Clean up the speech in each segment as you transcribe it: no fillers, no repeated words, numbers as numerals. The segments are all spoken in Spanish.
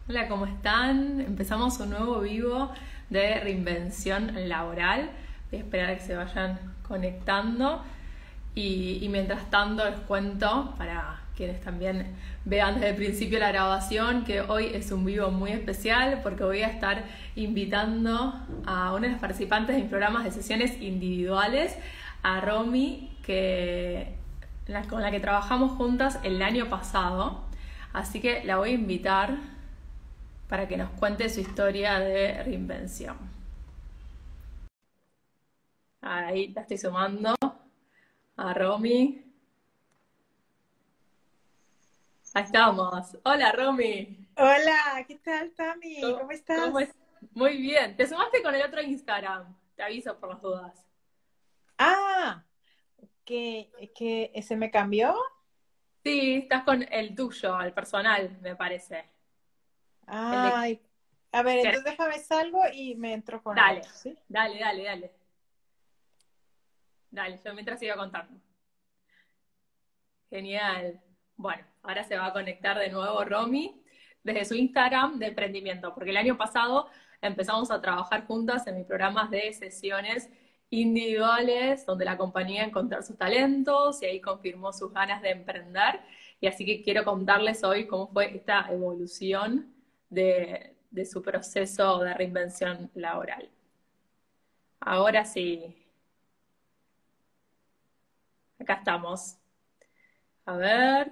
Hola, ¿cómo están? Empezamos un nuevo vivo de reinvención laboral. Voy a esperar a que se vayan conectando y mientras tanto les cuento para quienes también vean desde el principio la grabación que hoy es un vivo muy especial porque voy a estar invitando a una de las participantes de mis programas de sesiones individuales, a Romy, con la que trabajamos juntas el año pasado. Así que la voy a invitar para que nos cuente su historia de reinvención. Ahí la estoy sumando a Romy. Ahí estamos. Hola, Romy. Hola, ¿qué tal, Tami? ¿Cómo, ¿Cómo cómo estás? es? Muy bien. Te sumaste con el otro Instagram. Te aviso por las dudas. Ah, que se me cambió. Sí, estás con el tuyo, el personal, me parece. El de... Ay, a ver, entonces déjame salgo y me entro con el Dale, otro, ¿sí? dale, dale, dale. Dale, yo mientras sigo contando. Genial. Bueno, ahora se va a conectar de nuevo Romy desde su Instagram de emprendimiento, porque el año pasado empezamos a trabajar juntas en mis programas de sesiones individuales, donde la acompañé a encontrar sus talentos y ahí confirmó sus ganas de emprender. Y así que quiero contarles hoy cómo fue esta evolución de su proceso de reinvención laboral. Ahora sí, acá estamos. A ver,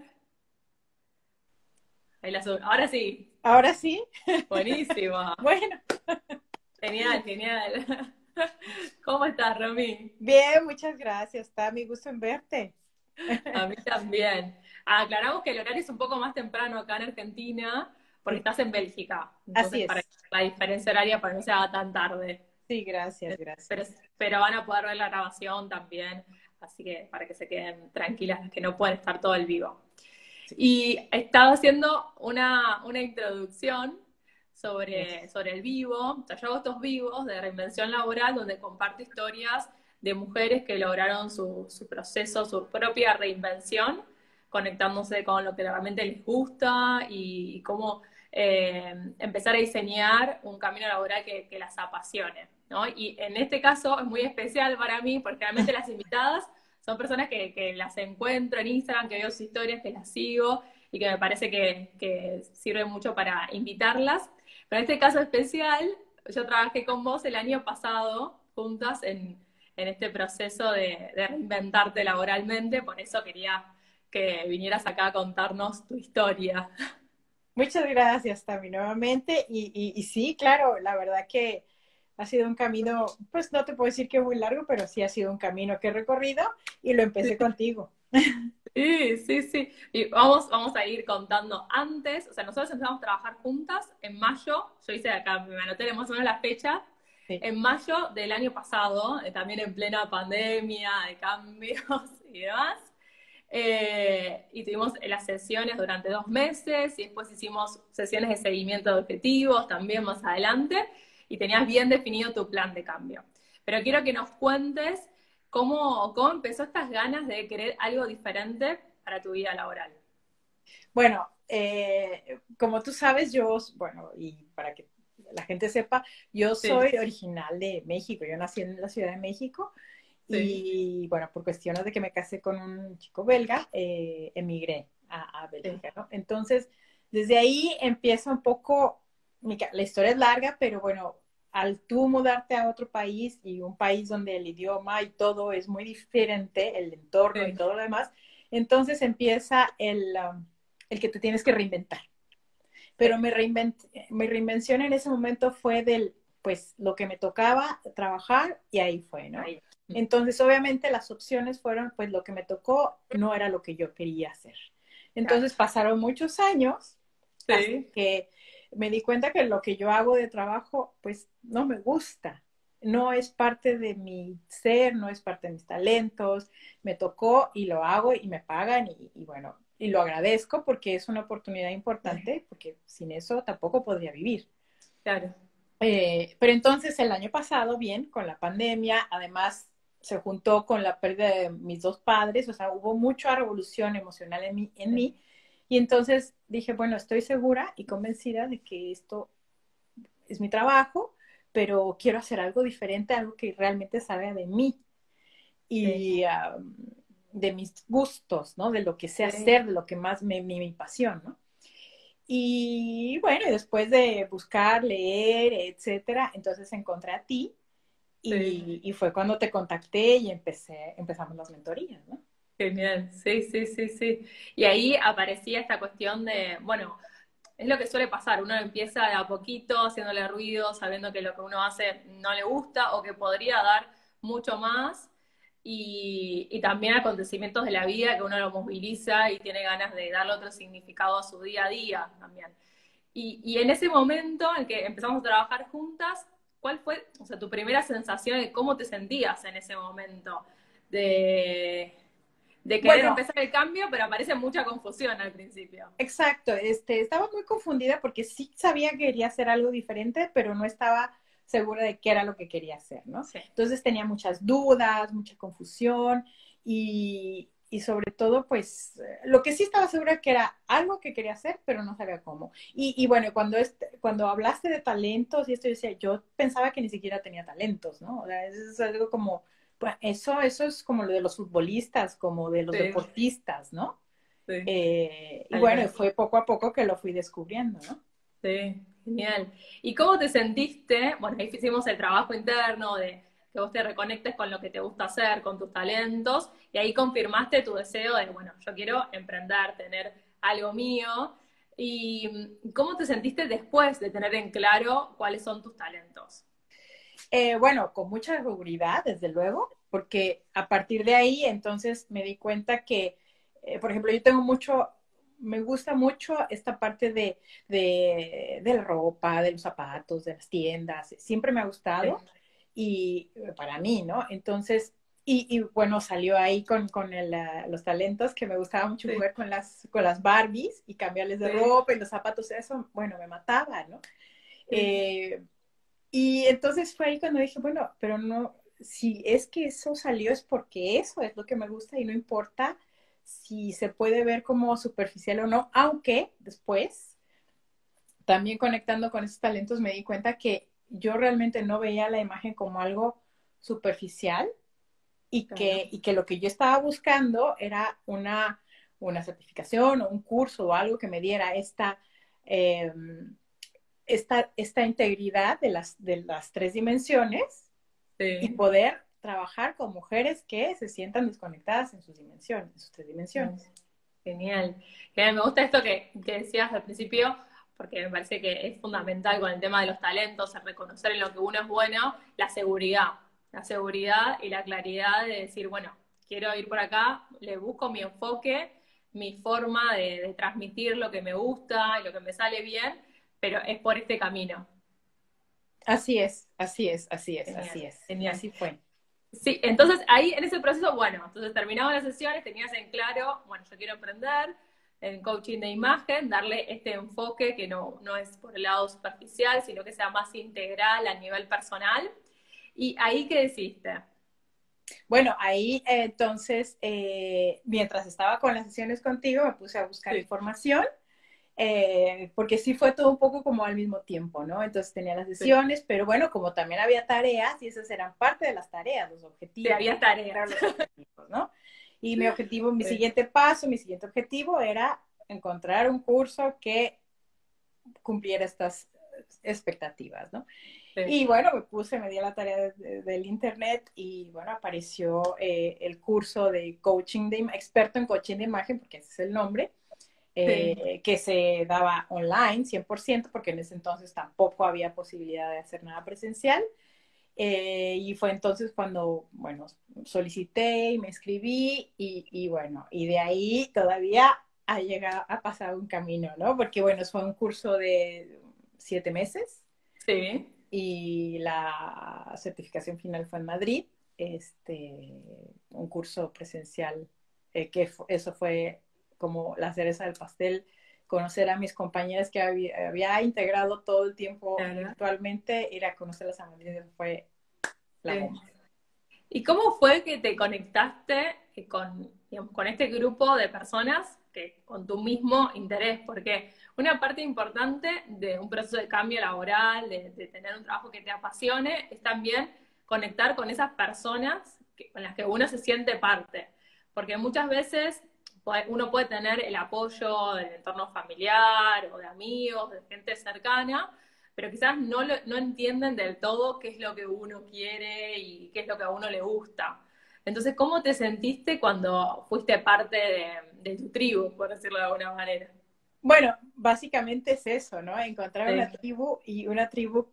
ahora sí, Ahora sí. buenísimo. Bueno, Genial, genial. ¿Cómo estás, Romy? bien, muchas gracias, Tami, gusto en verte. A mí también. Aclaramos que el horario es un poco más temprano acá en Argentina, porque Sí, estás en Bélgica. así Entonces, para es. que la diferencia horaria para que no se haga tan tarde. Sí, gracias, Pero, gracias. pero van a poder ver la grabación también. Así que para que se queden tranquilas, que no pueden estar todo el vivo. Sí, Y estaba haciendo una introducción yes. sobre el vivo. O sea, yo hago estos vivos de reinvención laboral donde comparto historias de mujeres que lograron su proceso, su propia reinvención, conectándose con lo que realmente les gusta y cómo empezar a diseñar un camino laboral que las apasione, ¿no? Y en este caso es muy especial para mí porque realmente las invitadas son personas que las encuentro en Instagram, que veo sus historias, que las sigo y que me parece que sirve mucho para invitarlas. Pero en este caso especial, yo trabajé con vos el año pasado juntas en este proceso de reinventarte laboralmente, por eso quería que vinieras acá a contarnos tu historia. Muchas gracias, Tami, nuevamente. Y sí, claro, la verdad que ha sido un camino, pues no te puedo decir que muy largo, pero sí ha sido un camino que he recorrido y lo empecé contigo. Sí, sí, sí. Y vamos a ir contando antes. O sea, nosotros empezamos a trabajar juntas en mayo. Yo hice acá, me anoté más o menos la fecha. Sí. En mayo del año pasado, también en plena pandemia de cambios y demás. Y tuvimos las sesiones durante 2 meses y después hicimos sesiones de seguimiento de objetivos también más adelante y tenías bien definido tu plan de cambio. Pero quiero que nos cuentes cómo empezó estas ganas de querer algo diferente para tu vida laboral. Bueno, como tú sabes, bueno, y para que la gente sepa, yo Sí, soy original de México, yo nací en la Ciudad de México sí, y bueno, por cuestiones de que me casé con un chico belga, emigré a sí. Bélgica, ¿no? Entonces, desde ahí empieza un poco, la historia es larga, pero bueno, al tú mudarte a otro país y un país donde el idioma y todo es muy diferente, el entorno y Sí, todo lo demás, entonces empieza el que te tienes que reinventar. Pero sí. mi reinvención en ese momento fue pues, lo que me tocaba trabajar y ahí fue, ¿no? Ahí. Entonces, obviamente las opciones fueron, pues lo que me tocó no era lo que yo quería hacer. Claro. Entonces pasaron muchos años hasta Sí, que me di cuenta que lo que yo hago de trabajo, pues no me gusta. No es parte de mi ser, no es parte de mis talentos. Me tocó y lo hago y me pagan y bueno, y lo agradezco porque es una oportunidad importante, porque sin eso tampoco podría vivir. claro. Pero entonces el año pasado, bien, con la pandemia, además se juntó con la pérdida de mis dos padres, o sea, hubo mucha revolución emocional en mí, Y entonces dije, bueno, estoy segura y convencida de que esto es mi trabajo, pero quiero hacer algo diferente, algo que realmente salga de mí Sí, y de mis gustos, ¿no? De lo que sé sí. hacer, de lo que más mi pasión, ¿no? Y bueno, y después de buscar, leer, etcétera, entonces encontré a ti Sí. y fue cuando te contacté y empezamos las mentorías, ¿no? Genial, sí, sí, sí, sí. Y ahí aparecía esta cuestión de, bueno, es lo que suele pasar, uno empieza de a poquito haciéndole ruido, sabiendo que lo que uno hace no le gusta o que podría dar mucho más, y también acontecimientos de la vida que uno lo moviliza y tiene ganas de darle otro significado a su día a día también. Y en ese momento en que empezamos a trabajar juntas, ¿cuál fue, o sea, tu primera sensación de cómo te sentías en ese momento? De, de querer Bueno, empezar el cambio, pero aparece mucha confusión al principio. exacto, estaba muy confundida porque sí sabía que quería hacer algo diferente, pero no estaba segura de qué era lo que quería hacer, ¿no? Sí. Entonces tenía muchas dudas, mucha confusión y sobre todo, pues, lo que sí estaba segura que era algo que quería hacer, pero no sabía cómo. Y bueno, cuando hablaste de talentos y esto, yo decía, yo pensaba que ni siquiera tenía talentos, ¿no? O sea, eso es algo como, pues, eso es como lo de los futbolistas, como de los Sí, deportistas, ¿no? sí, Y tal bueno, cual. fue poco a poco que lo fui descubriendo, ¿no? Sí, genial. ¿Y cómo te sentiste? Bueno, ahí hicimos el trabajo interno de que vos te reconectes con lo que te gusta hacer, con tus talentos, y ahí confirmaste tu deseo de, bueno, yo quiero emprender, tener algo mío. ¿Y cómo te sentiste después de tener en claro cuáles son tus talentos? Bueno, con mucha seguridad, desde luego, porque a partir de ahí entonces me di cuenta que, por ejemplo, yo tengo mucho, me gusta mucho esta parte de la ropa, de los zapatos, de las tiendas, siempre me ha Sí, gustado y para mí, ¿no? Entonces, bueno, salió ahí los talentos que me gustaba mucho sí, jugar con las Barbies y cambiarles de sí, ropa y los zapatos, eso, bueno, me mataba, ¿no? sí, Eh, y entonces fue ahí cuando dije, bueno, pero no, si es que eso salió es porque eso es lo que me gusta y no importa si se puede ver como superficial o no, aunque después, también conectando con esos talentos, me di cuenta que yo realmente no veía la imagen como algo superficial claro. y que lo que yo estaba buscando era una certificación o un curso o algo que me diera eh, esta integridad de las tres dimensiones y Sí. poder trabajar con mujeres que se sientan desconectadas en sus dimensiones, en sus tres dimensiones. Genial. Genial. Me gusta esto que decías al principio, porque me parece que es fundamental con el tema de los talentos, el reconocer en lo que uno es bueno, la seguridad y la claridad de decir, bueno, quiero ir por acá, le busco mi enfoque, mi forma de transmitir lo que me gusta y lo que me sale bien, pero es por este camino. Así es, así es, así es, Genial, así es. genial. Así fue. Sí, entonces ahí en ese proceso, bueno, entonces terminaban las sesiones, tenías en claro, bueno, yo quiero emprender en coaching de imagen, darle este enfoque que no es por el lado superficial, sino que sea más integral a nivel personal. ¿Y ahí qué deciste? Bueno, ahí entonces, mientras estaba con las sesiones contigo, me puse a buscar Sí, información, porque sí fue todo un poco como al mismo tiempo, ¿no? Entonces tenía las sí, sesiones, pero bueno, como también había tareas, y esas eran parte de las tareas, los sí, objetivos, había tareas. eran los objetivos, ¿no? Y mi objetivo, mi Sí, siguiente paso, mi siguiente objetivo era encontrar un curso que cumpliera estas expectativas, ¿no? sí, Y bueno, me di la tarea del internet y bueno, apareció el curso de coaching experto en coaching de imagen, porque ese es el nombre, sí, que se daba online 100%, porque en ese entonces tampoco había posibilidad de hacer nada presencial. Y fue entonces cuando, bueno, solicité y me inscribí y bueno, y de ahí todavía ha pasado un camino, ¿no? Porque bueno, fue un curso de 7 meses sí. y la certificación final fue en Madrid, un curso presencial, eso fue como la cereza del pastel, conocer a mis compañeras que había integrado todo el tiempo Claro, virtualmente, ir a conocerlas a Madrid fue la sí. bomba. ¿Y cómo fue que te conectaste con, digamos, con este grupo de personas que con tu mismo interés, porque una parte importante de un proceso de cambio laboral, de tener un trabajo que te apasione, es también conectar con esas personas con las que uno se siente parte. Porque muchas veces uno puede tener el apoyo del entorno familiar o de amigos, de gente cercana, pero quizás no entienden del todo qué es lo que uno quiere y qué es lo que a uno le gusta. Entonces, ¿cómo te sentiste cuando fuiste parte de tu tribu, por decirlo de alguna manera? Bueno, básicamente es eso, ¿no? Encontrar una Sí, tribu y una tribu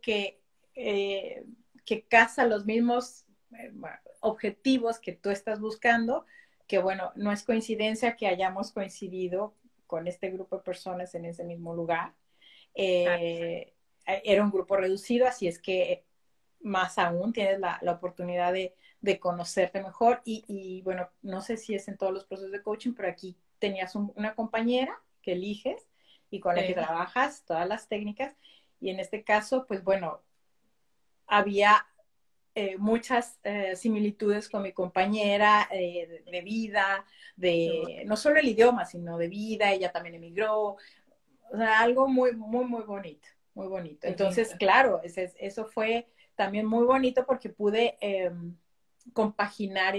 que casa los mismos objetivos que tú estás buscando, que bueno, no es coincidencia que hayamos coincidido con este grupo de personas en ese mismo lugar. claro. Era un grupo reducido, así es que más aún tienes la oportunidad de conocerte mejor bueno, no sé si es en todos los procesos de coaching, pero aquí tenías una compañera que eliges y con la que Sí. trabajas todas las técnicas y en este caso, pues bueno, había muchas similitudes con mi compañera de vida, de no solo el idioma, sino de vida, ella también emigró, o sea, algo muy, muy, muy bonito, muy bonito. Qué Entonces, lindo. claro, eso fue también muy bonito porque pude compaginar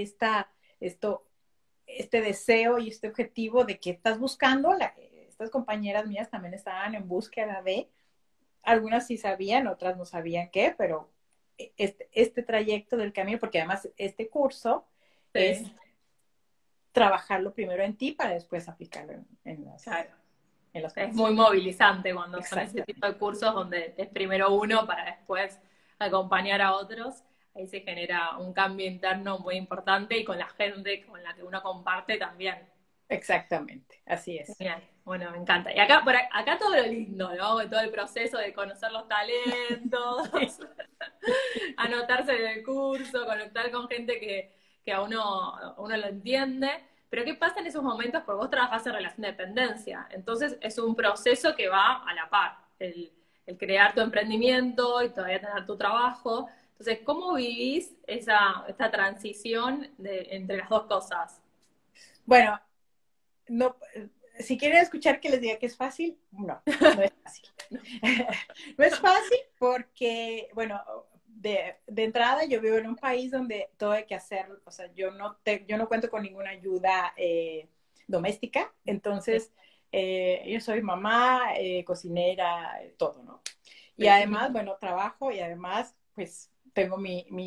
este deseo y este objetivo de que estás buscando. Estas compañeras mías también estaban en búsqueda de, algunas sí sabían, otras no sabían qué, pero este trayecto del camino, porque además este curso es Sí, trabajarlo primero en ti para después aplicarlo claro. en las Es personas. muy movilizante cuando son ese tipo Exactamente. de cursos donde es primero uno para después acompañar a otros. Ahí se genera un cambio interno muy importante y con la gente con la que uno comparte también. Exactamente, así es. Genial. Bueno, me encanta. Y acá, acá todo lo lindo, ¿no? Todo el proceso de conocer los talentos, anotarse en el curso, conectar con gente que a uno lo entiende. Pero ¿qué pasa en esos momentos? Porque vos trabajás en relación de dependencia. Entonces es un proceso que va a la par. El crear tu emprendimiento y todavía tener tu trabajo. Entonces, ¿cómo vivís esta transición entre las dos cosas? Bueno, no, si quieren escuchar que les diga que es fácil, no, no es fácil. No es fácil porque, bueno, de entrada yo vivo en un país donde todo hay que hacer, o sea, yo no cuento con ninguna ayuda doméstica, entonces yo soy mamá, cocinera, todo, ¿no? Y Sí, además, bueno, trabajo y además, pues, tengo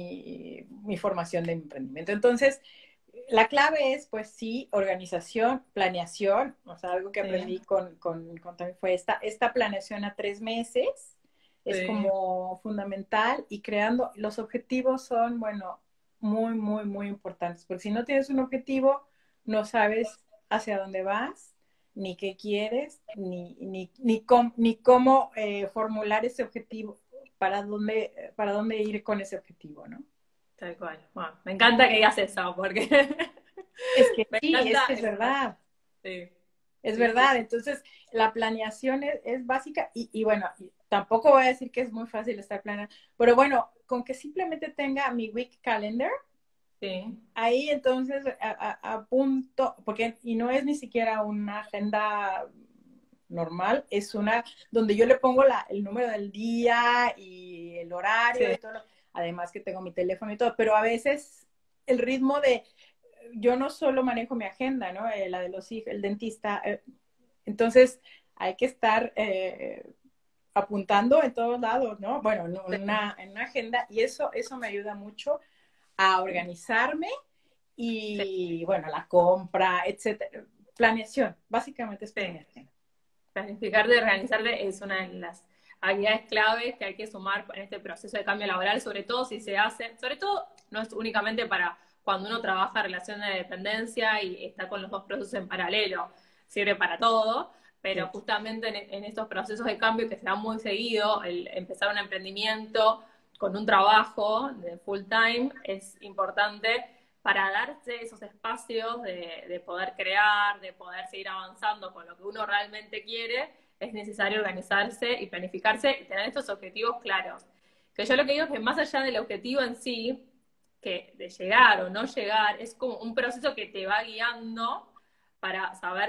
mi formación de emprendimiento. Entonces, la clave es, pues sí, organización, planeación, o sea, algo que aprendí sí, también fue esta planeación a 3 meses, es sí. como fundamental y creando, los objetivos son, bueno, muy, muy, muy importantes, porque si no tienes un objetivo, no sabes hacia dónde vas, ni qué quieres, ni cómo formular ese objetivo, para dónde ir con ese objetivo, ¿no? Tal cual. Bueno, me encanta que digas eso, porque Es que me sí, es encanta que es eso. verdad. Sí, Es sí, sí, verdad, entonces la planeación es básica y bueno, tampoco voy a decir que es muy fácil estar planeando, pero bueno, con que simplemente tenga mi week calendar, sí, ahí entonces apunto, porque y no es ni siquiera una agenda normal, es una donde yo le pongo el número del día y el horario y sí, todo, además que tengo mi teléfono y todo, pero a veces el ritmo de, yo no solo manejo mi agenda, ¿no? La de los hijos, el dentista, entonces hay que estar apuntando en todos lados, ¿no? Bueno, sí, en una agenda y eso me ayuda mucho a organizarme sí, y bueno, la compra, etcétera. Planeación, básicamente es sí. planeación. Planificarte y organizarte es una de las habilidades claves que hay que sumar en este proceso de cambio laboral, sobre todo si se hace, sobre todo no es únicamente para cuando uno trabaja en relación de dependencia y está con los dos procesos en paralelo, sirve para todo, pero Sí. justamente en estos procesos de cambio que se dan muy seguido, el empezar un emprendimiento con un trabajo de full time es importante para darse esos espacios de poder crear, de poder seguir avanzando con lo que uno realmente quiere, es necesario organizarse y planificarse y tener estos objetivos claros. Que yo lo que digo es que más allá del objetivo en sí, que de llegar o no llegar, es como un proceso que te va guiando para saber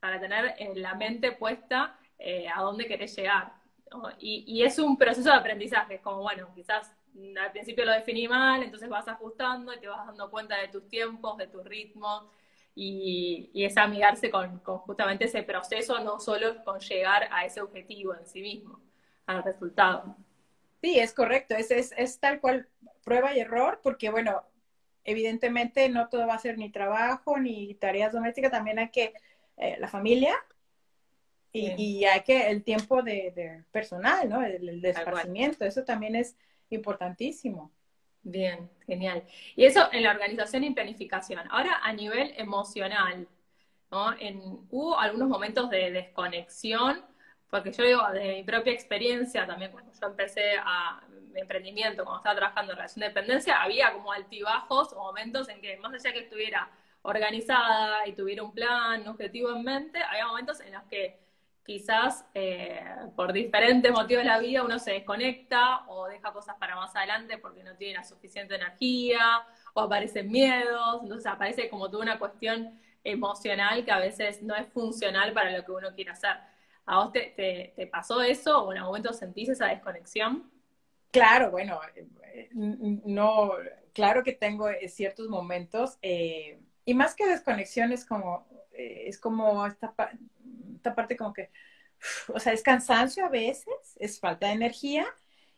para tener la mente puesta a dónde querés llegar, ¿no? Y es un proceso de aprendizaje, es como, bueno, quizás al principio lo definí mal, entonces vas ajustando y te vas dando cuenta de tus tiempos, de tus ritmos, y es amigarse con justamente ese proceso, no solo con llegar a ese objetivo en sí mismo, al resultado. Sí, es correcto, es tal cual prueba y error, porque bueno, evidentemente no todo va a ser ni trabajo ni tareas domésticas, también hay que la familia Sí, y hay que el tiempo de personal, ¿no? El de tal cual. esparcimiento, eso también es importantísimo. Bien, genial. Y eso en la organización y planificación. Ahora a nivel emocional, ¿no? Hubo algunos momentos de desconexión, porque yo digo, de mi propia experiencia, también cuando yo empecé mi emprendimiento, cuando estaba trabajando en relación de dependencia, había como altibajos o momentos en que, más allá que estuviera organizada y tuviera un plan, un objetivo en mente, había momentos en los que quizás por diferentes motivos de la vida uno se desconecta o deja cosas para más adelante porque no tiene la suficiente energía o aparecen miedos, entonces aparece como toda una cuestión emocional que a veces no es funcional para lo que uno quiere hacer. ¿A vos te pasó eso o en algún momento sentís esa desconexión? Claro, bueno, no, claro que tengo ciertos momentos, y más que desconexión es como esta parte como que, o sea, es cansancio a veces, es falta de energía,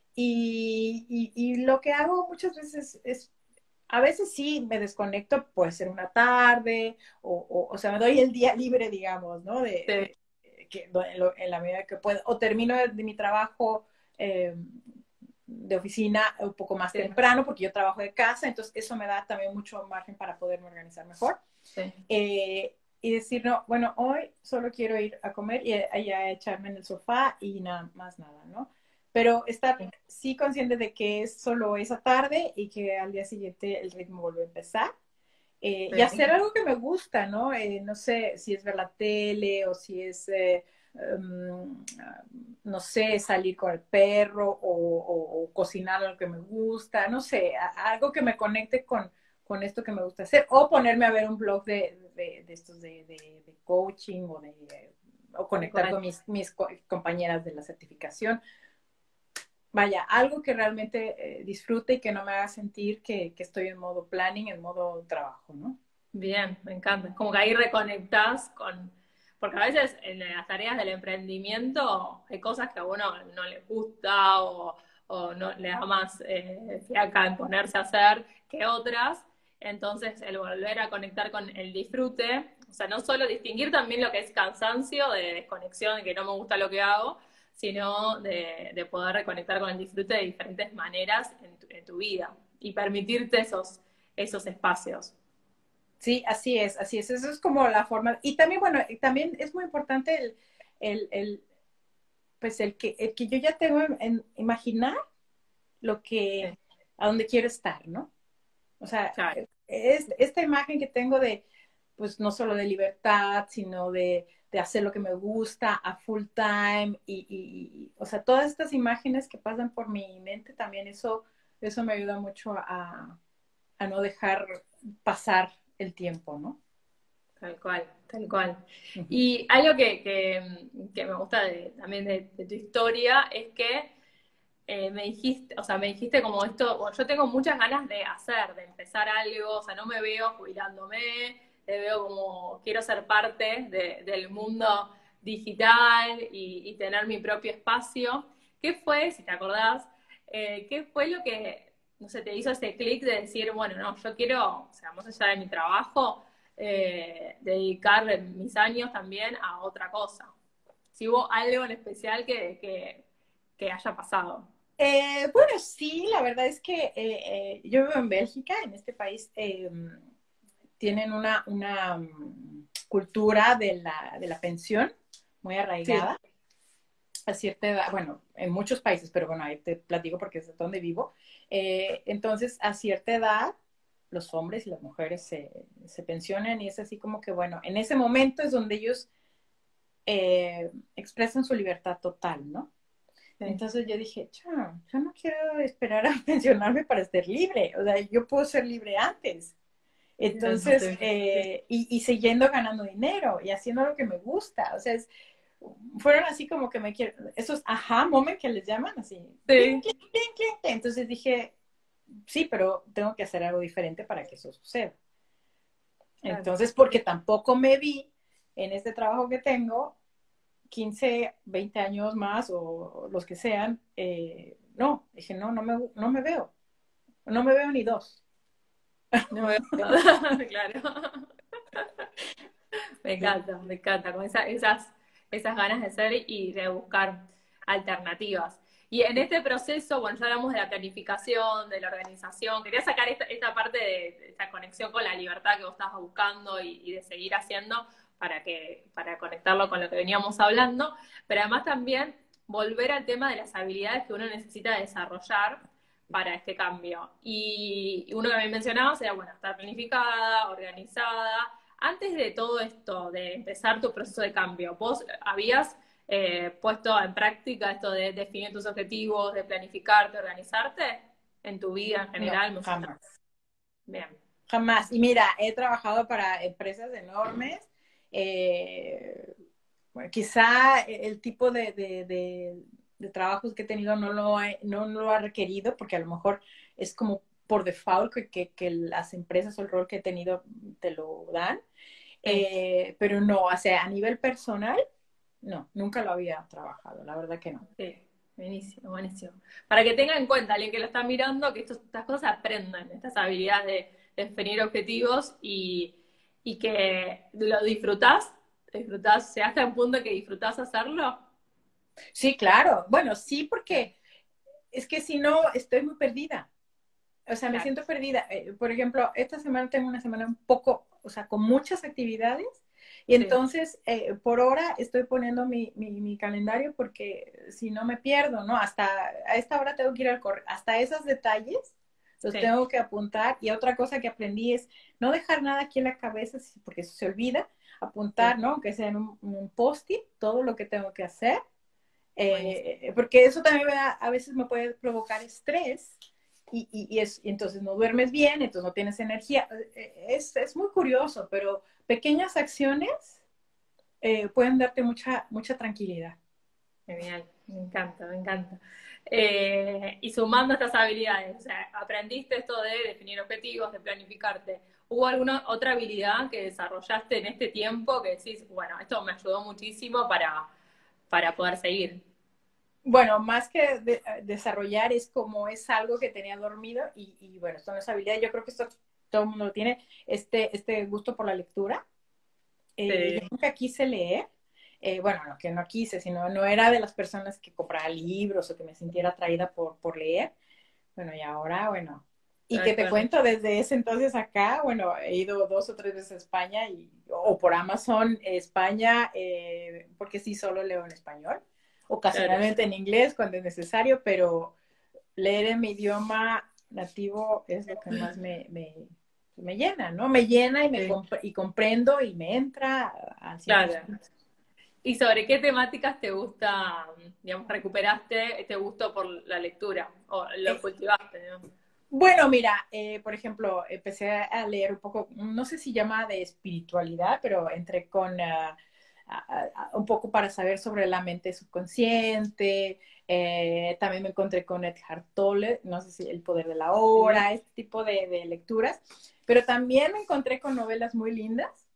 y lo que hago muchas veces es, a veces sí me desconecto, puede ser una tarde, o sea, me doy el día libre, digamos, ¿no? Sí, En la medida que puedo, o termino de mi trabajo. De oficina un poco más sí, temprano, porque yo trabajo de casa, entonces eso me da también mucho margen para poderme organizar mejor. sí, Y decir, no, bueno, hoy solo quiero ir a comer y a echarme en el sofá y nada más nada, ¿no? Pero estar sí, sí consciente de que es solo esa tarde y que al día siguiente el ritmo vuelve a empezar. Y sí, hacer algo que me gusta, ¿no? No sé si es ver la tele o si es, no sé, salir con el perro o cocinar algo que me gusta, no sé, algo que me conecte con esto que me gusta hacer, o ponerme a ver un blog de estos de coaching o tal conectar cual. con mis compañeras de la certificación. Vaya, algo que realmente disfrute y que no me haga sentir que estoy en modo planning, en modo trabajo, ¿no? Bien, me encanta. Es como que ahí reconectás con... Porque a veces en las tareas del emprendimiento hay cosas que a uno no le gusta o no le da más fiaca en ponerse a hacer que otras. Entonces, el volver a conectar con el disfrute, o sea, no solo distinguir también lo que es cansancio, de desconexión, de que no me gusta lo que hago, sino de poder reconectar con el disfrute de diferentes maneras en tu vida y permitirte esos espacios. Sí, así es, así es. Eso es como la forma. Y también, bueno, y también es muy importante el, el, pues el que yo ya tengo en imaginar lo que, Sí, a dónde quiero estar, ¿no? O sea, claro. esta imagen que tengo de, pues no solo de libertad, sino de hacer lo que me gusta a full time o sea, todas estas imágenes que pasan por mi mente, también eso me ayuda mucho a no dejar pasar el tiempo, ¿no? Tal cual, tal cual. Ujú. Y algo que me gusta también de tu historia es que me dijiste, o sea, me dijiste como esto, bueno, yo tengo muchas ganas de hacer, de empezar algo, o sea, no me veo jubilándome, te veo como quiero ser parte del mundo digital y tener mi propio espacio. ¿Qué fue, si te acordás, qué fue lo que, no sé, te hizo ese clic de decir, bueno, no, yo quiero, o sea, más allá de mi trabajo, dedicar mis años también a otra cosa? Si hubo algo en especial que haya pasado. Bueno, sí, la verdad es que yo vivo en Bélgica, en este país tienen una cultura de la pensión muy Sí, arraigada a cierta edad, bueno, en muchos países, pero bueno, ahí te platico porque es donde vivo. Entonces, a cierta edad, los hombres y las mujeres se pensionan y es así como que, bueno, en ese momento es donde ellos expresan su libertad total, ¿no? sí, Entonces yo dije, yo no quiero esperar a pensionarme para ser libre, o sea, yo puedo ser libre antes. Entonces, y siguiendo ganando dinero y haciendo lo que me gusta. O sea, fueron así como que esos aha moment que les llaman, así. Sí, Entonces dije, sí, pero tengo que hacer algo diferente para que eso suceda. claro. Entonces, porque tampoco me vi en este trabajo que tengo 15, 20 años más o los que sean, no, dije, no me veo, no me veo ni dos. No veo. Claro. Me encanta, con esas ganas de ser y de buscar alternativas. Y en este proceso, bueno, ya hablamos de la planificación, de la organización, quería sacar esta parte de esta conexión con la libertad que vos estabas buscando y de seguir haciendo para conectarlo con lo que veníamos hablando, pero además también volver al tema de las habilidades que uno necesita desarrollar para este cambio. Y uno que me mencionabas era, bueno, estar planificada, organizada. Antes de todo esto, de empezar tu proceso de cambio, ¿vos habías puesto en práctica esto de definir tus objetivos, de planificarte, organizarte en tu vida en No, general? jamás. Bien. Jamás. Y mira, he trabajado para empresas enormes. Bueno, quizá el tipo de trabajos que he tenido no lo ha requerido, porque a lo mejor es como por default que las empresas o el rol que he tenido te lo dan. Sí. Pero no, o sea, a nivel personal, no, nunca lo había trabajado, la verdad que no. Sí, buenísimo, buenísimo. Para que tenga en cuenta alguien que lo está mirando, que estas cosas aprendan, estas habilidades de definir objetivos y que lo disfrutás, llegaste a un punto que disfrutás hacerlo. Sí, claro. Bueno, sí, porque es que si no, estoy muy perdida. O sea, me Claro, siento perdida. Por ejemplo, esta semana tengo una semana un poco, o sea, con muchas actividades. Y sí, entonces, por hora estoy poniendo mi calendario porque si no me pierdo, ¿no? Hasta a esta hora tengo que ir al correo. Hasta esos detalles los sí, tengo que apuntar. Y otra cosa que aprendí es no dejar nada aquí en la cabeza porque eso se olvida. Apuntar, sí, ¿no? Que sea en un post-it todo lo que tengo que hacer. buenísimo. Porque eso también a veces me puede provocar estrés y entonces no duermes bien, entonces no tienes energía. Es muy curioso, pero pequeñas acciones pueden darte mucha tranquilidad. Genial, me encanta, me encanta. Y sumando estas habilidades, o sea, aprendiste esto de definir objetivos, de planificarte. ¿Hubo alguna otra habilidad que desarrollaste en este tiempo que decís, bueno, esto me ayudó muchísimo para poder seguir? Bueno, más que desarrollar es como es algo que tenía dormido y bueno, son las habilidades. Yo creo que esto todo el mundo lo tiene, este gusto por la lectura. Yo Sí, nunca quise leer. Bueno, no que no quise, sino no era de las personas que compraba libros o que me sintiera atraída por leer. Bueno, y ahora, bueno, y que te bueno, cuento desde ese entonces acá, bueno, he ido 2 o 3 veces a España o por Amazon España, porque sí, solo leo en español, claro. ocasionalmente en inglés cuando es necesario, pero leer en mi idioma nativo es lo que más me llena, ¿no? Me llena Sí, y comprendo y me entra al 100%. claro. ¿Y sobre qué temáticas te gusta, digamos, recuperaste este gusto por la lectura o lo Eh, cultivaste, digamos? bueno, mira, por ejemplo, empecé a leer un poco, no sé si llama de espiritualidad, pero entré con un poco para saber sobre la mente subconsciente. También me encontré con Eckhart Tolle, no sé si El poder de la Sí, hora, este tipo de lecturas. Pero también me encontré con novelas muy lindas.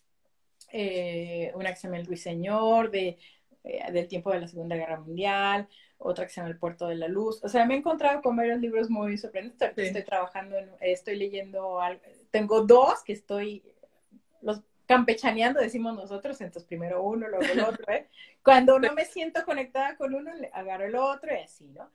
Una que se llama El Ruiseñor, del tiempo de la Segunda Guerra Mundial, otra que se llama El Puerto de la Luz. O sea, me he encontrado con varios libros muy sorprendentes. Ahorita estoy sí. trabajando, estoy leyendo, tengo dos que los campechaneando, decimos nosotros, entonces primero uno, luego el otro, ¿eh? Cuando no me siento conectada con uno, agarro el otro y así, ¿no?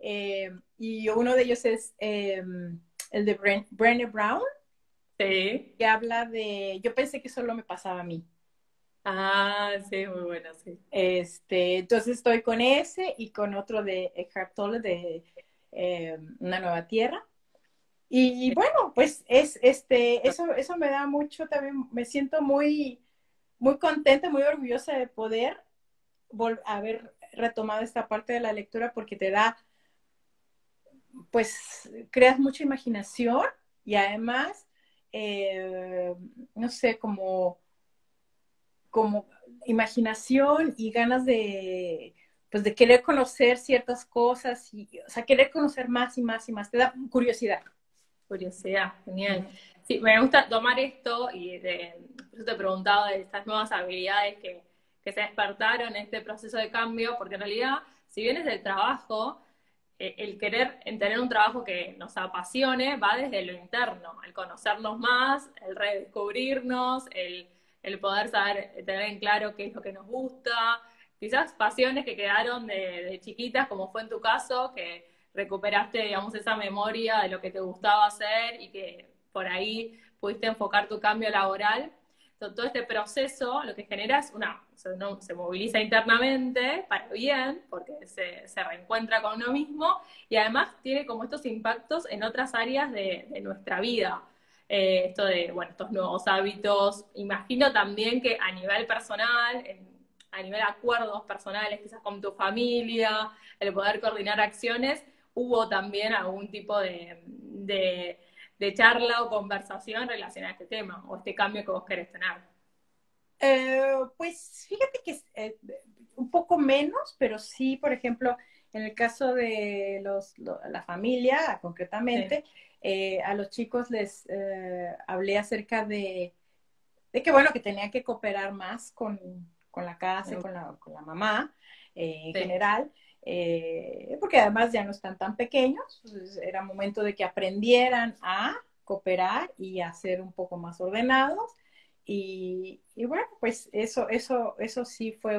Y uno de ellos es el de Brené Brown, Sí. que habla yo pensé que solo me pasaba a mí. Ah, sí, muy bueno, sí. Entonces estoy con ese y con otro de Eckhart Tolle de Una Nueva Tierra. Y bueno, pues eso me da mucho también, me siento muy contenta, muy orgullosa de poder haber retomado esta parte de la lectura porque te da, pues, creas mucha imaginación y además no sé, como imaginación y ganas de, pues de querer conocer ciertas cosas y, o sea, querer conocer más y más y más, te da curiosidad. Curiosidad, genial. Sí, me gusta tomar esto y por eso te preguntaba de estas nuevas habilidades que se despertaron en este proceso de cambio, porque en realidad, si bien es del trabajo, el querer en tener un trabajo que nos apasione va desde lo interno, el conocernos más, el redescubrirnos, el poder saber, tener en claro qué es lo que nos gusta, quizás pasiones que quedaron de chiquitas, como fue en tu caso, que recuperaste, digamos, esa memoria de lo que te gustaba hacer y que por ahí pudiste enfocar tu cambio laboral. Todo este proceso lo que genera es se moviliza internamente para bien, porque se reencuentra con uno mismo y además tiene como estos impactos en otras áreas de nuestra vida. Esto de, bueno, estos nuevos hábitos. Imagino también que a nivel personal, a nivel de acuerdos personales, quizás con tu familia, el poder coordinar acciones, hubo también algún tipo de charla o conversación relacionada a este tema o este cambio que vos querés tener. Pues fíjate que un poco menos, pero sí, por ejemplo, en el caso de la familia, Sí, concretamente, a los chicos les hablé acerca de que, bueno, que tenían que cooperar más con la casa y con la mamá en sí, general, porque además ya no están tan pequeños, entonces era momento de que aprendieran a cooperar y a ser un poco más ordenados. Y bueno, pues eso sí fue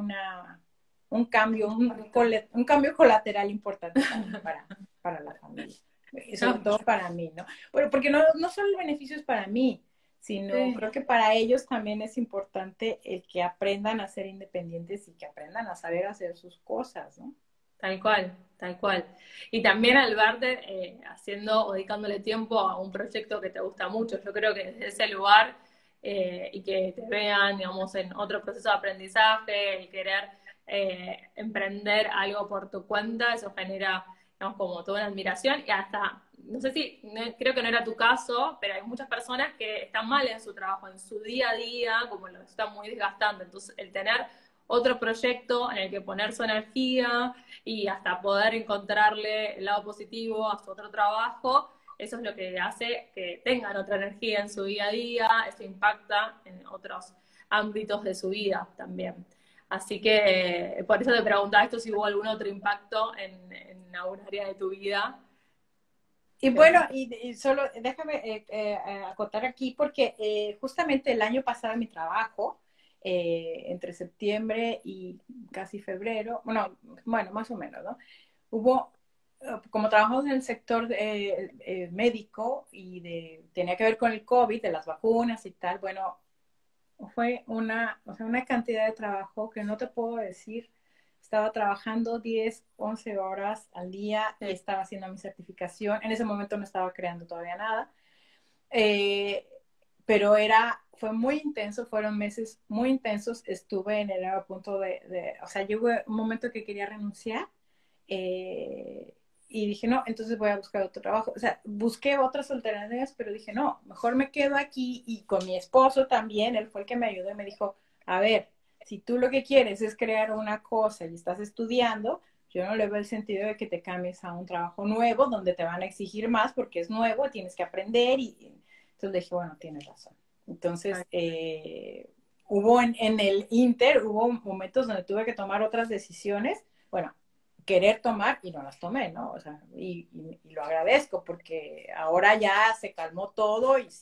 un cambio, un cambio colateral importante también para la familia. Y sobre no, todo para mí, ¿no? Bueno, porque no solo el beneficio es para mí, sino sí, creo que para ellos también es importante el que aprendan a ser independientes y que aprendan a saber hacer sus cosas, ¿no? tal cual, tal cual. Y también al verte haciendo o dedicándole tiempo a un proyecto que te gusta mucho, yo creo que desde ese lugar y que te vean, digamos, en otro proceso de aprendizaje, el querer emprender algo por tu cuenta, eso genera, digamos, como toda una admiración y hasta, no sé si, creo que no era tu caso, pero hay muchas personas que están mal en su trabajo, en su día a día, como lo están muy desgastando. Entonces, el tener otro proyecto en el que poner su energía y hasta poder encontrarle el lado positivo a su otro trabajo, eso es lo que hace que tengan otra energía en su día a día, eso impacta en otros ámbitos de su vida también. Así que por eso te preguntaba esto si hubo algún otro impacto en alguna área de tu vida. Y Que bueno, y solo déjame acotar aquí porque justamente el año pasado en mi trabajo, entre septiembre y casi febrero, bueno, más o menos, ¿no? Hubo, como trabajamos en el sector médico y tenía que ver con el COVID, de las vacunas y tal, bueno, fue o sea, una cantidad de trabajo que no te puedo decir. Estaba trabajando 10, 11 horas al día y sí, estaba haciendo mi certificación. En ese momento no estaba creando todavía nada. Eh, pero fue muy intenso, fueron meses muy intensos. Estuve en el punto o sea, llegó un momento que quería renunciar. Eh, y dije, no, entonces voy a buscar otro trabajo. O sea, busqué otras alternativas, pero dije, no, mejor me quedo aquí y con mi esposo también, él fue el que me ayudó y me dijo, a ver, si tú lo que quieres es crear una cosa y estás estudiando, yo no le veo el sentido de que te cambies a un trabajo nuevo donde te van a exigir más porque es nuevo, tienes que aprender y entonces dije, bueno, tienes razón. Entonces, hubo en el Inter, hubo momentos donde tuve que tomar otras decisiones, bueno, querer tomar y no las tomé, ¿no? O sea, y lo agradezco porque ahora ya se calmó todo y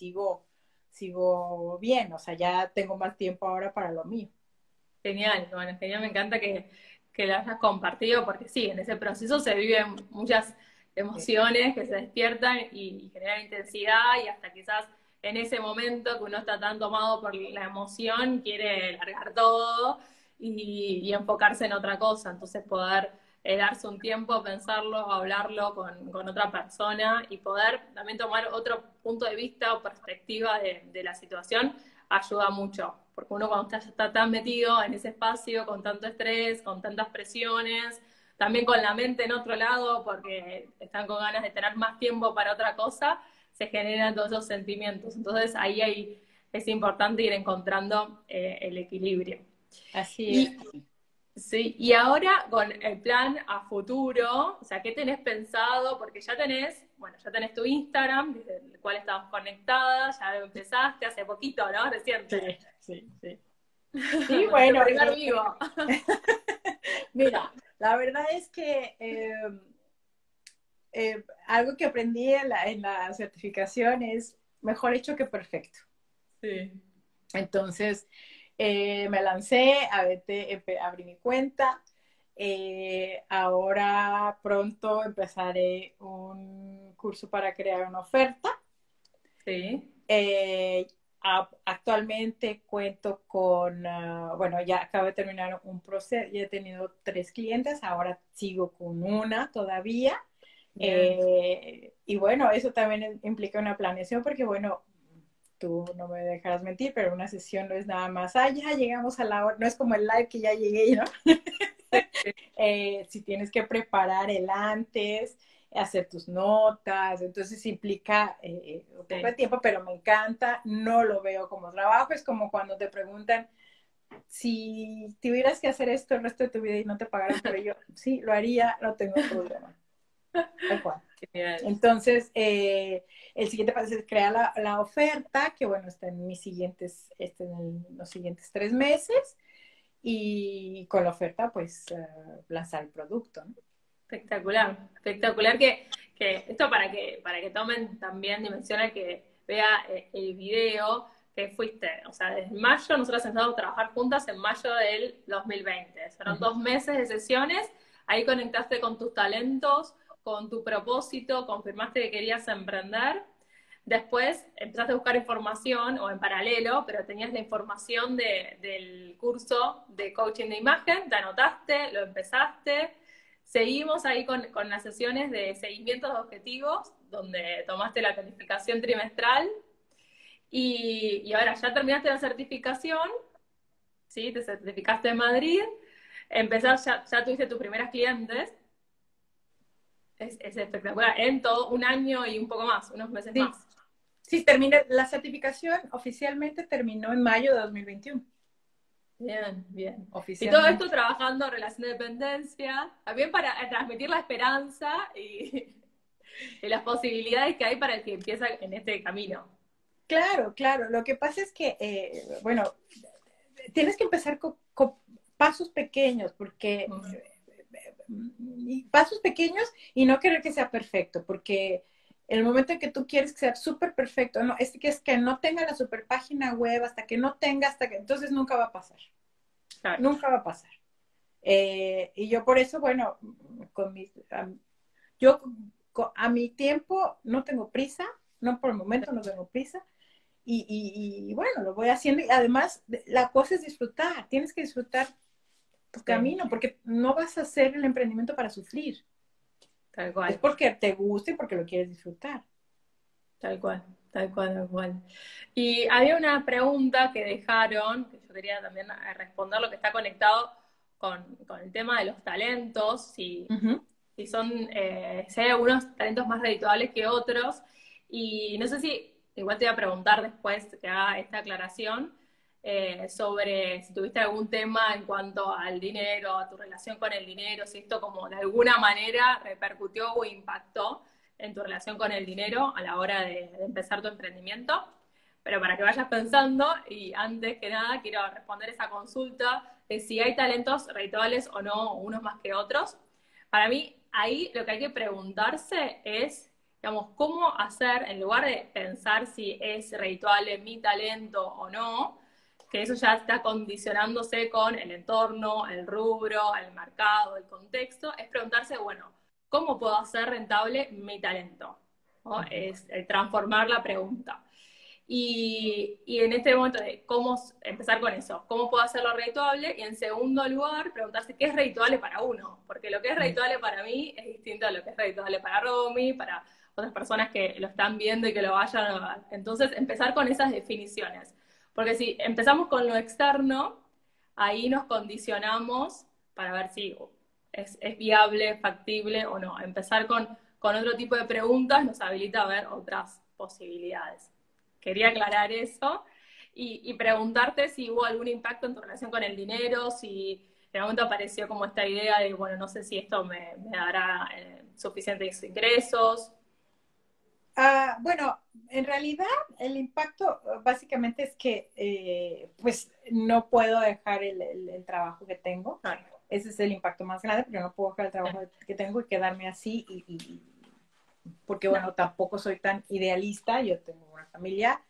sigo bien, o sea, ya tengo más tiempo ahora para lo mío. genial, bueno, genial, me encanta que lo hayas compartido, porque sí, en ese proceso se viven muchas emociones que se despiertan y generan intensidad y hasta quizás en ese momento que uno está tan tomado por la emoción, quiere largar todo y enfocarse en otra cosa, entonces poder darse un tiempo, pensarlo, hablarlo con otra persona y poder también tomar otro punto de vista o perspectiva de la situación ayuda mucho, porque uno cuando está tan metido en ese espacio, con tanto estrés, con tantas presiones, también con la mente en otro lado, porque están con ganas de tener más tiempo para otra cosa, se generan todos esos sentimientos. Entonces es importante ir encontrando el equilibrio. Así es. Sí, y ahora con el plan a futuro, o sea, ¿qué tenés pensado? Porque ya tenés tu Instagram, desde el cual estamos conectadas, ya lo empezaste hace poquito, ¿no? Reciente. Sí. Sí, bueno, Tu primer vivo. mira, la verdad es que algo que aprendí en la certificación es mejor hecho que perfecto. Sí. Entonces, me lancé, abrí mi cuenta. Ahora pronto empezaré un curso para crear una oferta. Sí. Actualmente cuento con, bueno, ya acabo de terminar un proceso, ya he tenido 3 clientes, ahora sigo con una todavía. Y bueno, eso también implica una planeación porque, bueno, tú no me dejarás mentir, pero una sesión no es nada más, ya llegamos a la hora, no es como el live que ya llegué, ¿no? Si tienes que preparar el antes, hacer tus notas, entonces implica un poco de tiempo, pero me encanta, no lo veo como trabajo, es como cuando te preguntan si tuvieras que hacer esto el resto de tu vida y no te pagaran por ello, sí, lo haría, no tengo problema. Tal cual. Entonces, el siguiente paso es crear la oferta, que bueno, está en los siguientes 3 meses, y con la oferta, pues, lanzar el producto, ¿no? Espectacular, espectacular que esto para que tomen también dimensión al que vea el video que fuiste, o sea, desde mayo, nosotros empezamos a trabajar juntas en mayo del 2020, fueron 2 meses de sesiones, ahí conectaste con tus talentos, con tu propósito, confirmaste que querías emprender, después empezaste a buscar información, o en paralelo, pero tenías la información del curso de coaching de imagen, te anotaste, lo empezaste. Seguimos ahí con las sesiones de seguimiento de objetivos, donde tomaste la calificación trimestral y ahora ya terminaste la certificación, ¿sí? Te certificaste en Madrid, ya tuviste tus primeras clientes, es espectacular, en todo un año y un poco más, unos meses Sí, más. sí, la certificación oficialmente terminó en mayo de 2021. Bien, bien. Y todo Oficialmente. esto trabajando en relación de dependencia, también para transmitir la esperanza y las posibilidades que hay para el que empieza en este camino. Claro, claro. Lo que pasa es que, bueno, tienes que empezar con pasos pequeños, porque pasos pequeños y no querer que sea perfecto, porque el momento en que tú quieres que sea súper perfecto, no, es que no tenga la super página web, hasta que no tenga, entonces nunca va a pasar. Claro. Nunca va a pasar. Y yo por eso, bueno, yo a mi tiempo no tengo prisa, no por el momento no tengo prisa, y bueno, lo voy haciendo, y además la cosa es disfrutar, tienes que disfrutar tu camino, porque no vas a hacer el emprendimiento para sufrir, Tal cual. es porque te gusta y porque lo quieres disfrutar. Tal cual, tal cual, tal cual. Y había una pregunta que dejaron, que yo quería también responder, lo que está conectado con el tema de los talentos, si hay algunos talentos más redituables que otros, y no sé si, igual te voy a preguntar después que haga esta aclaración, sobre si tuviste algún tema en cuanto al dinero, a tu relación con el dinero, si esto como de alguna manera repercutió o impactó en tu relación con el dinero a la hora de empezar tu emprendimiento. Pero para que vayas pensando, y antes que nada quiero responder esa consulta de si hay talentos redituables o no, unos más que otros. Para mí, ahí lo que hay que preguntarse es, digamos, cómo hacer, en lugar de pensar si es redituable mi talento o no, que eso ya está condicionándose con el entorno, el rubro, el mercado, el contexto, es preguntarse, bueno, ¿cómo puedo hacer rentable mi talento? ¿No? Es el transformar la pregunta. Y en este momento de cómo empezar con eso, cómo puedo hacerlo redituable, y en segundo lugar, preguntarse qué es redituable para uno, porque lo que es redituable para mí es distinto a lo que es redituable para Romy, para otras personas que lo están viendo y que lo vayan a ver. Entonces, empezar con esas definiciones, porque si empezamos con lo externo, ahí nos condicionamos para ver si es viable, factible o no. Empezar con otro tipo de preguntas nos habilita a ver otras posibilidades. Quería aclarar eso y preguntarte si hubo algún impacto en tu relación con el dinero, si en algún momento apareció como esta idea de, bueno, no sé si esto me dará suficientes ingresos. Bueno, en realidad el impacto básicamente es que pues no puedo dejar el trabajo que tengo. Claro. Ese es el impacto más grande, porque no puedo dejar el trabajo que tengo y quedarme así porque bueno, tampoco soy tan idealista, yo tengo una familia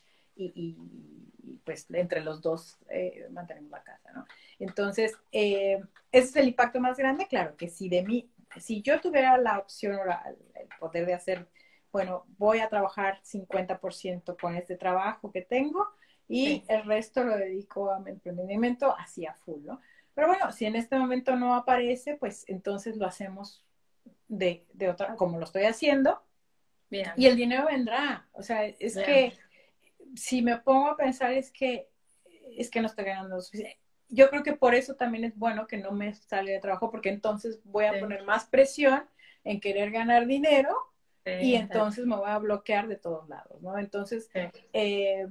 pues entre los dos mantenemos la casa, ¿no? Entonces, ese es el impacto más grande, claro, que si yo tuviera la opción o el poder de hacer, bueno, voy a trabajar 50% con este trabajo que tengo y Sí. el resto lo dedico a mi emprendimiento así a full, ¿no? Pero bueno, si en este momento no aparece, pues entonces lo hacemos de otra, como lo estoy haciendo, y Bien, el dinero vendrá. O sea, es bien. que si me pongo a pensar es que no estoy ganando lo suficiente. Yo creo que por eso también es bueno que no me salga de trabajo, porque entonces voy a Sí, poner más presión en querer ganar dinero y sí, entonces me voy a bloquear de todos lados, ¿no? Entonces, sí, eh,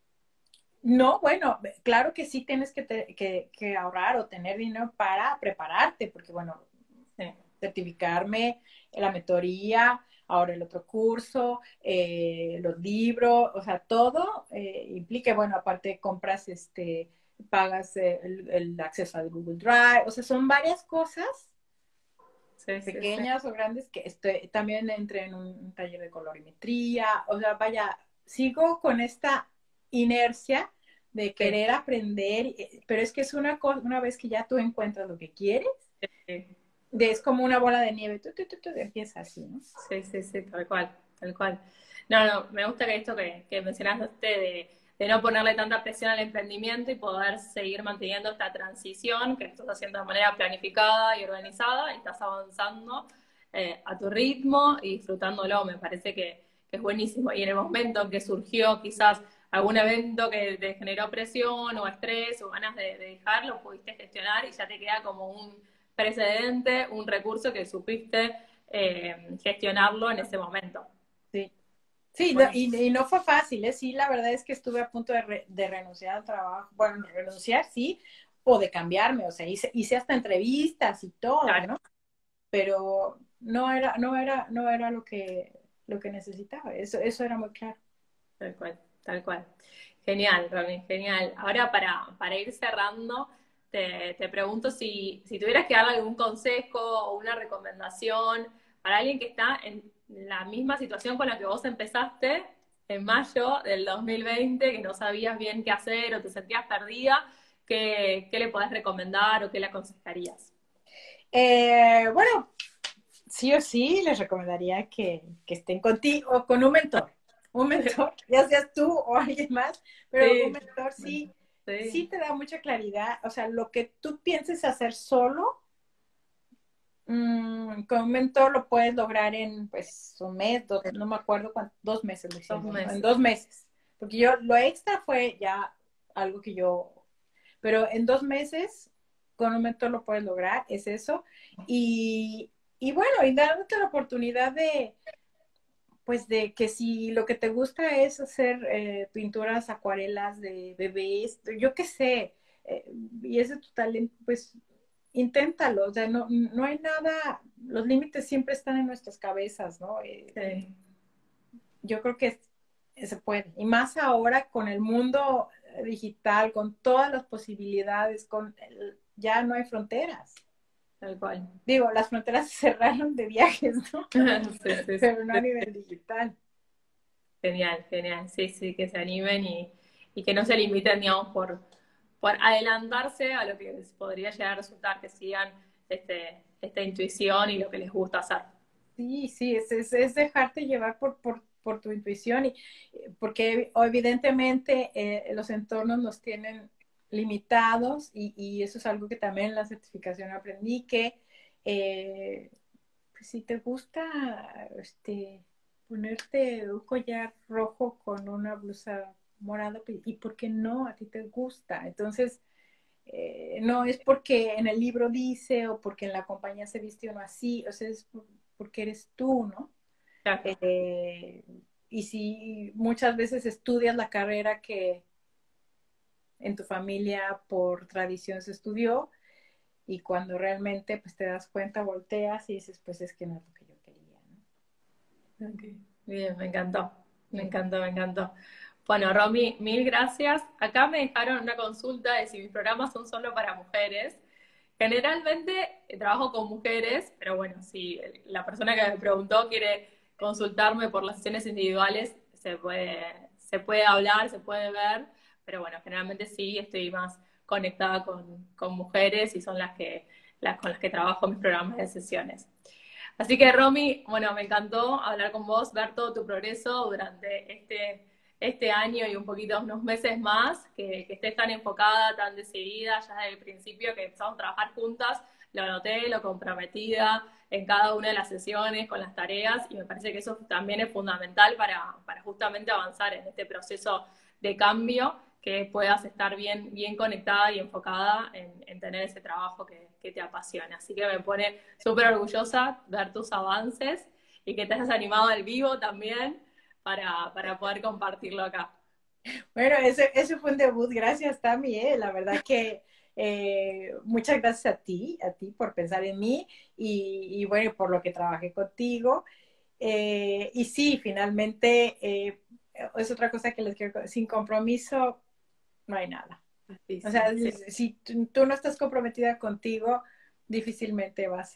no, bueno, claro que sí tienes que ahorrar o tener dinero para prepararte, porque bueno, sí. certificarme, la mentoría, ahora el otro curso, los libros, o sea, todo implica, bueno, aparte compras, pagas el acceso al Google Drive, o sea, son varias cosas Sí, sí, sí. pequeñas o grandes que también entré en un taller de colorimetría, o sea, vaya, sigo con esta inercia de Sí, querer aprender, pero es que es una cosa, una vez que ya tú encuentras lo que quieres, sí, es como una bola de nieve, empieza así, ¿no? sí, sí, sí, tal cual, tal cual. No, no, me gusta que esto que mencionaste de no ponerle tanta presión al emprendimiento y poder seguir manteniendo esta transición que estás haciendo de manera planificada y organizada y estás avanzando a tu ritmo y disfrutándolo. Me parece que es buenísimo. Y en el momento en que surgió quizás algún evento que te generó presión o estrés o ganas de dejarlo, pudiste gestionar y ya te queda como un precedente, un recurso que supiste gestionarlo en ese momento. Sí, sí, Buenísimo. y no fue fácil, ¿eh? Sí, la verdad es que estuve a punto de renunciar al trabajo, bueno, renunciar, sí, o de cambiarme, o sea, hice hasta entrevistas y todo, Claro, ¿no? Pero no era lo que necesitaba, eso era muy claro. tal cual, tal cual. Genial, Ronnie, genial. Ahora para ir cerrando, te pregunto si tuvieras que darle algún consejo o una recomendación para alguien que está en la misma situación con la que vos empezaste en mayo del 2020, que no sabías bien qué hacer o te sentías perdida, ¿qué le podés recomendar o qué le aconsejarías? Bueno, sí o sí les recomendaría que estén contigo o con un mentor, ya seas tú o alguien más, pero un Sí, mentor sí, sí sí, te da mucha claridad, o sea, lo que tú pienses hacer solo, con un mentor lo puedes lograr en pues un mes, no me acuerdo cuánto, 2 meses lo dos hicimos, ¿no? En meses. 2 meses, porque yo lo extra fue ya algo que pero en 2 meses con un mentor lo puedes lograr, es eso, y bueno, y dándote la oportunidad pues de que si lo que te gusta es hacer pinturas, acuarelas de bebés, yo qué sé, y ese es tu talento, pues inténtalo, o sea, no hay nada, los límites siempre están en nuestras cabezas, ¿no? Sí, Yo creo que se puede, y más ahora con el mundo digital, con todas las posibilidades, ya no hay fronteras. tal cual. Digo, las fronteras se cerraron de viajes, ¿no? Sí, sí, Pero no a sí. nivel digital. Genial, genial. Sí, sí, que se animen y que no se limiten, digamos, por adelantarse a lo que les podría llegar a resultar, que sigan esta intuición y lo que les gusta hacer. Sí, sí, es dejarte llevar por tu intuición porque evidentemente los entornos nos tienen limitados y eso es algo que también en la certificación aprendí que pues, si te gusta ponerte un collar rojo con una blusa morada, pues, ¿y por qué no? A ti te gusta. Entonces, no es porque en el libro dice o porque en la compañía se viste uno así, o sea, porque eres tú, ¿no? Claro, Eh, y si muchas veces estudias la carrera que en tu familia por tradición se estudió, y cuando realmente pues te das cuenta, volteas y dices, pues es que no es lo que yo quería, ¿no? Okay. Bien, me encantó, me encantó, me encantó. Bueno, Romy, mil gracias. Acá me dejaron una consulta de si mis programas son solo para mujeres. Generalmente trabajo con mujeres, pero bueno, si la persona que me preguntó quiere consultarme por las sesiones individuales, se puede hablar, se puede ver, pero bueno, generalmente sí estoy más conectada con mujeres y son con las que trabajo mis programas de sesiones. Así que, Romy, bueno, me encantó hablar con vos, ver todo tu progreso durante este año y un poquito, unos meses más, que estés tan enfocada, tan decidida, ya desde el principio que empezamos a trabajar juntas, lo noté, lo comprometida en cada una de las sesiones, con las tareas, y me parece que eso también es fundamental para justamente avanzar en este proceso de cambio, que puedas estar bien conectada y enfocada en tener ese trabajo que te apasiona. Así que me pone súper orgullosa ver tus avances y que te hayas animado al vivo también para poder compartirlo acá. Bueno, ese fue un debut, gracias Tami, la verdad que muchas gracias a ti por pensar en mí y bueno, por lo que trabajé contigo. Y sí, finalmente es otra cosa que les quiero, sin compromiso no hay nada. Sí, O sí, sea, sí. si tú no estás comprometida contigo, difícilmente vas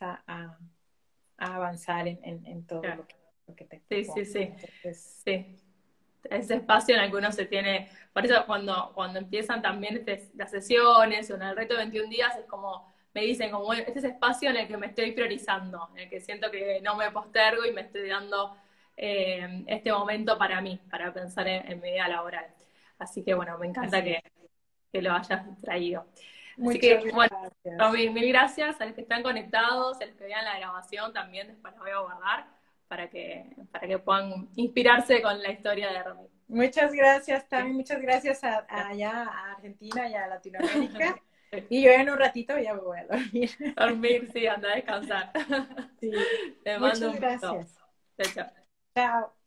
a avanzar en todo Claro. lo que te Sí, sí, propongas. sí. Entonces, Sí. Ese espacio en el que uno se tiene, por eso cuando empiezan también las sesiones o en el reto de 21 días es como, me dicen como, bueno, este es ese espacio en el que me estoy priorizando, en el que siento que no me postergo y me estoy dando este momento para mí, para pensar en mi vida laboral. Así que bueno, me encanta así es. que lo hayas traído. Así Muchas que bueno, gracias. Romy, mil gracias a los que están conectados, a los que vean la grabación también, después la voy a guardar para que puedan inspirarse con la historia de Romy. Muchas gracias, Tami. Sí. Muchas gracias allá a Argentina y a Latinoamérica. Y yo en un ratito ya me voy a dormir. Dormir, sí, anda a descansar. Sí. Te mando Muchas un beso. gracias. Chao, chao. Chao.